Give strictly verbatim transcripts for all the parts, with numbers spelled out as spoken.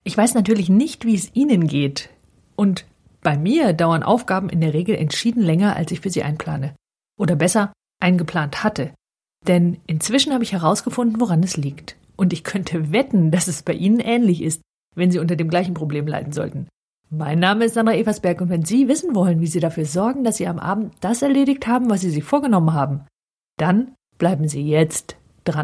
Ich weiß natürlich nicht, wie es Ihnen geht. Und bei mir dauern Aufgaben in der Regel entschieden länger, als ich für sie einplane. Oder besser, eingeplant hatte. Denn inzwischen habe ich herausgefunden, woran es liegt. Und ich könnte wetten, dass es bei Ihnen ähnlich ist, wenn Sie unter dem gleichen Problem leiden sollten. Mein Name ist Sandra Eversberg und wenn Sie wissen wollen, wie Sie dafür sorgen, dass Sie am Abend das erledigt haben, was Sie sich vorgenommen haben, dann bleiben Sie jetzt dran.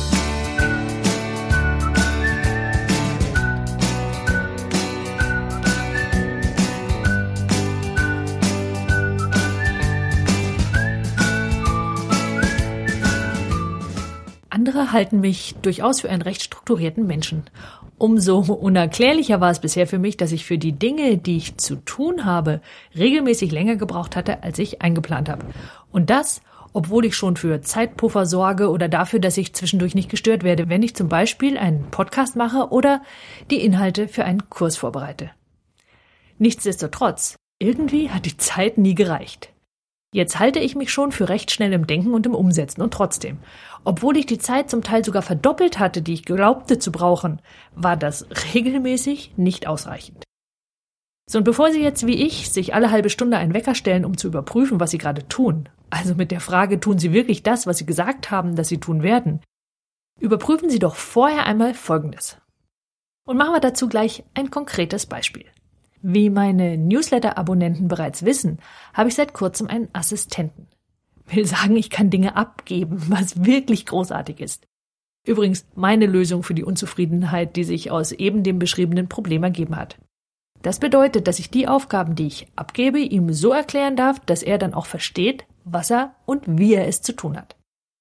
Andere halten mich durchaus für einen recht strukturierten Menschen. Umso unerklärlicher war es bisher für mich, dass ich für die Dinge, die ich zu tun habe, regelmäßig länger gebraucht hatte, als ich eingeplant habe. Und das, obwohl ich schon für Zeitpuffer sorge oder dafür, dass ich zwischendurch nicht gestört werde, wenn ich zum Beispiel einen Podcast mache oder die Inhalte für einen Kurs vorbereite. Nichtsdestotrotz, irgendwie hat die Zeit nie gereicht. Jetzt halte ich mich schon für recht schnell im Denken und im Umsetzen und trotzdem, obwohl ich die Zeit zum Teil sogar verdoppelt hatte, die ich glaubte zu brauchen, war das regelmäßig nicht ausreichend. So, und bevor Sie jetzt wie ich sich alle halbe Stunde einen Wecker stellen, um zu überprüfen, was Sie gerade tun, also mit der Frage, tun Sie wirklich das, was Sie gesagt haben, dass Sie tun werden, überprüfen Sie doch vorher einmal Folgendes. Und machen wir dazu gleich ein konkretes Beispiel. Wie meine Newsletter-Abonnenten bereits wissen, habe ich seit kurzem einen Assistenten. Will sagen, ich kann Dinge abgeben, was wirklich großartig ist. Übrigens meine Lösung für die Unzufriedenheit, die sich aus eben dem beschriebenen Problem ergeben hat. Das bedeutet, dass ich die Aufgaben, die ich abgebe, ihm so erklären darf, dass er dann auch versteht, was er und wie er es zu tun hat.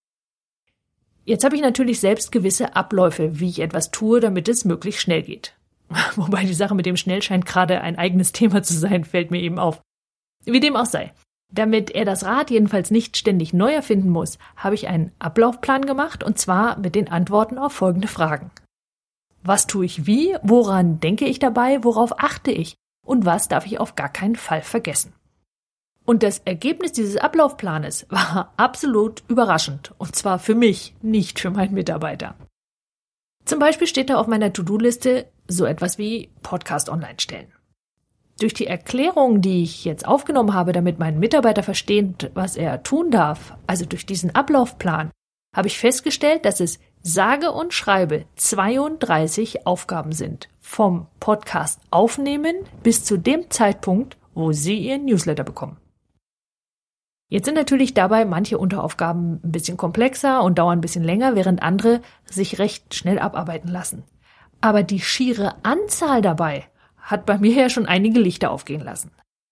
Jetzt habe ich natürlich selbst gewisse Abläufe, wie ich etwas tue, damit es möglichst schnell geht. Wobei die Sache mit dem Schnell scheint gerade ein eigenes Thema zu sein, fällt mir eben auf. Wie dem auch sei. Damit er das Rad jedenfalls nicht ständig neu erfinden muss, habe ich einen Ablaufplan gemacht und zwar mit den Antworten auf folgende Fragen. Was tue ich wie? Woran denke ich dabei? Worauf achte ich? Und was darf ich auf gar keinen Fall vergessen? Und das Ergebnis dieses Ablaufplanes war absolut überraschend. Und zwar für mich, nicht für meinen Mitarbeiter. Zum Beispiel steht da auf meiner To-Do-Liste so etwas wie Podcast online stellen. Durch die Erklärung, die ich jetzt aufgenommen habe, damit mein Mitarbeiter versteht, was er tun darf, also durch diesen Ablaufplan, habe ich festgestellt, dass es sage und schreibe zweiunddreißig Aufgaben sind, vom Podcast aufnehmen bis zu dem Zeitpunkt, wo Sie Ihren Newsletter bekommen. Jetzt sind natürlich dabei manche Unteraufgaben ein bisschen komplexer und dauern ein bisschen länger, während andere sich recht schnell abarbeiten lassen. Aber die schiere Anzahl dabei hat bei mir ja schon einige Lichter aufgehen lassen.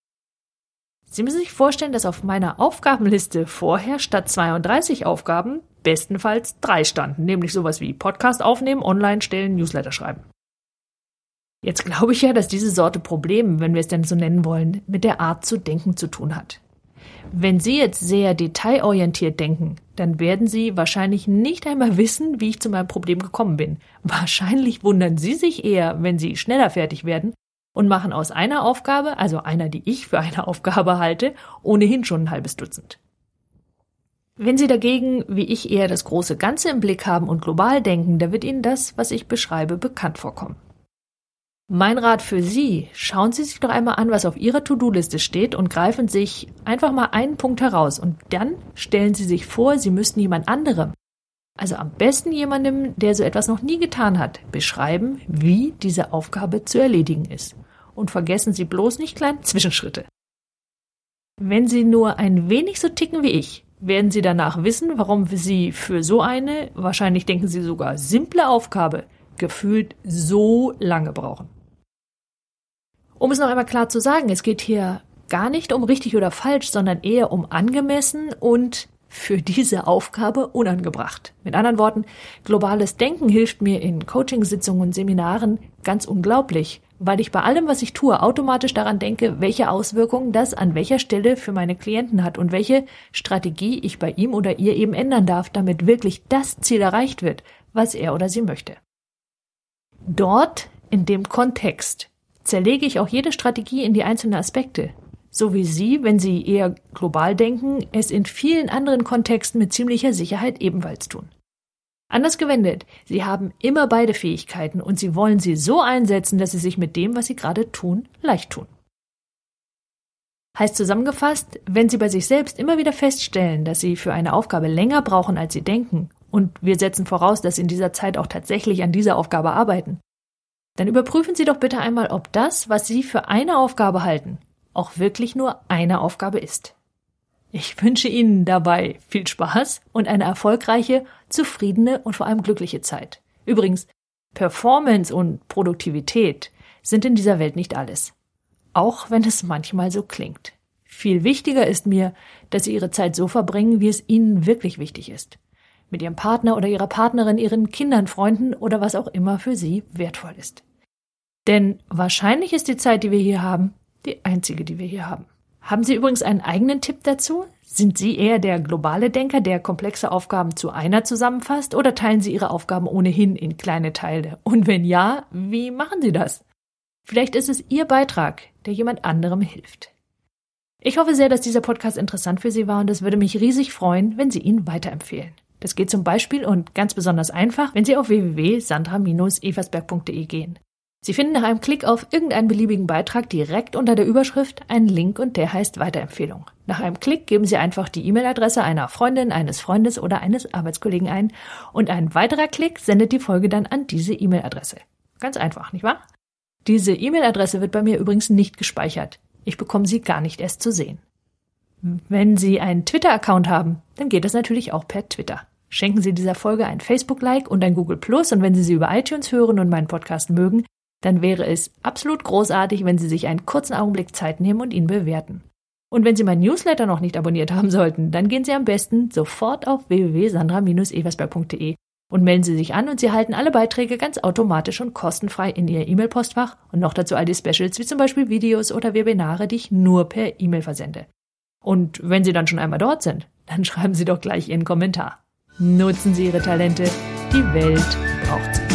Sie müssen sich vorstellen, dass auf meiner Aufgabenliste vorher statt zweiunddreißig Aufgaben bestenfalls drei standen, nämlich sowas wie Podcast aufnehmen, online stellen, Newsletter schreiben. Jetzt glaube ich ja, dass diese Sorte Problem, wenn wir es denn so nennen wollen, mit der Art zu denken zu tun hat. Wenn Sie jetzt sehr detailorientiert denken, dann werden Sie wahrscheinlich nicht einmal wissen, wie ich zu meinem Problem gekommen bin. Wahrscheinlich wundern Sie sich eher, wenn Sie schneller fertig werden und machen aus einer Aufgabe, also einer, die ich für eine Aufgabe halte, ohnehin schon ein halbes Dutzend. Wenn Sie dagegen, wie ich, eher das große Ganze im Blick haben und global denken, da wird Ihnen das, was ich beschreibe, bekannt vorkommen. Mein Rat für Sie, schauen Sie sich doch einmal an, was auf Ihrer To-Do-Liste steht und greifen sich einfach mal einen Punkt heraus und dann stellen Sie sich vor, Sie müssten jemand anderem, also am besten jemandem, der so etwas noch nie getan hat, beschreiben, wie diese Aufgabe zu erledigen ist. Und vergessen Sie bloß nicht kleine Zwischenschritte. Wenn Sie nur ein wenig so ticken wie ich, werden Sie danach wissen, warum Sie für so eine, wahrscheinlich denken Sie sogar simple Aufgabe, gefühlt so lange brauchen. Um es noch einmal klar zu sagen, es geht hier gar nicht um richtig oder falsch, sondern eher um angemessen und für diese Aufgabe unangebracht. Mit anderen Worten, globales Denken hilft mir in Coachingsitzungen und Seminaren ganz unglaublich, weil ich bei allem, was ich tue, automatisch daran denke, welche Auswirkungen das an welcher Stelle für meine Klienten hat und welche Strategie ich bei ihm oder ihr eben ändern darf, damit wirklich das Ziel erreicht wird, was er oder sie möchte. Dort, in dem Kontext, zerlege ich auch jede Strategie in die einzelnen Aspekte, so wie Sie, wenn Sie eher global denken, es in vielen anderen Kontexten mit ziemlicher Sicherheit ebenfalls tun. Anders gewendet, Sie haben immer beide Fähigkeiten und Sie wollen sie so einsetzen, dass Sie sich mit dem, was Sie gerade tun, leicht tun. Heißt zusammengefasst, wenn Sie bei sich selbst immer wieder feststellen, dass Sie für eine Aufgabe länger brauchen, als Sie denken, und wir setzen voraus, dass Sie in dieser Zeit auch tatsächlich an dieser Aufgabe arbeiten, dann überprüfen Sie doch bitte einmal, ob das, was Sie für eine Aufgabe halten, auch wirklich nur eine Aufgabe ist. Ich wünsche Ihnen dabei viel Spaß und eine erfolgreiche, zufriedene und vor allem glückliche Zeit. Übrigens, Performance und Produktivität sind in dieser Welt nicht alles. Auch wenn es manchmal so klingt. Viel wichtiger ist mir, dass Sie Ihre Zeit so verbringen, wie es Ihnen wirklich wichtig ist. Mit Ihrem Partner oder Ihrer Partnerin, Ihren Kindern, Freunden oder was auch immer für Sie wertvoll ist. Denn wahrscheinlich ist die Zeit, die wir hier haben, die einzige, die wir hier haben. Haben Sie übrigens einen eigenen Tipp dazu? Sind Sie eher der globale Denker, der komplexe Aufgaben zu einer zusammenfasst, oder teilen Sie Ihre Aufgaben ohnehin in kleine Teile? Und wenn ja, wie machen Sie das? Vielleicht ist es Ihr Beitrag, der jemand anderem hilft. Ich hoffe sehr, dass dieser Podcast interessant für Sie war und es würde mich riesig freuen, wenn Sie ihn weiterempfehlen. Das geht zum Beispiel und ganz besonders einfach, wenn Sie auf w w w punkt sandra Bindestrich eversberg punkt de gehen. Sie finden nach einem Klick auf irgendeinen beliebigen Beitrag direkt unter der Überschrift einen Link und der heißt Weiterempfehlung. Nach einem Klick geben Sie einfach die E-Mail-Adresse einer Freundin, eines Freundes oder eines Arbeitskollegen ein und ein weiterer Klick sendet die Folge dann an diese E-Mail-Adresse. Ganz einfach, nicht wahr? Diese E-Mail-Adresse wird bei mir übrigens nicht gespeichert. Ich bekomme sie gar nicht erst zu sehen. Wenn Sie einen Twitter-Account haben, dann geht das natürlich auch per Twitter. Schenken Sie dieser Folge ein Facebook-Like und ein Google Plus und wenn Sie sie über iTunes hören und meinen Podcast mögen, dann wäre es absolut großartig, wenn Sie sich einen kurzen Augenblick Zeit nehmen und ihn bewerten. Und wenn Sie meinen Newsletter noch nicht abonniert haben sollten, dann gehen Sie am besten sofort auf w w w punkt sandra Bindestrich eversberg punkt de und melden Sie sich an und Sie erhalten alle Beiträge ganz automatisch und kostenfrei in Ihr E-Mail-Postfach und noch dazu all die Specials, wie zum Beispiel Videos oder Webinare, die ich nur per E-Mail versende. Und wenn Sie dann schon einmal dort sind, dann schreiben Sie doch gleich Ihren Kommentar. Nutzen Sie Ihre Talente, die Welt braucht sie.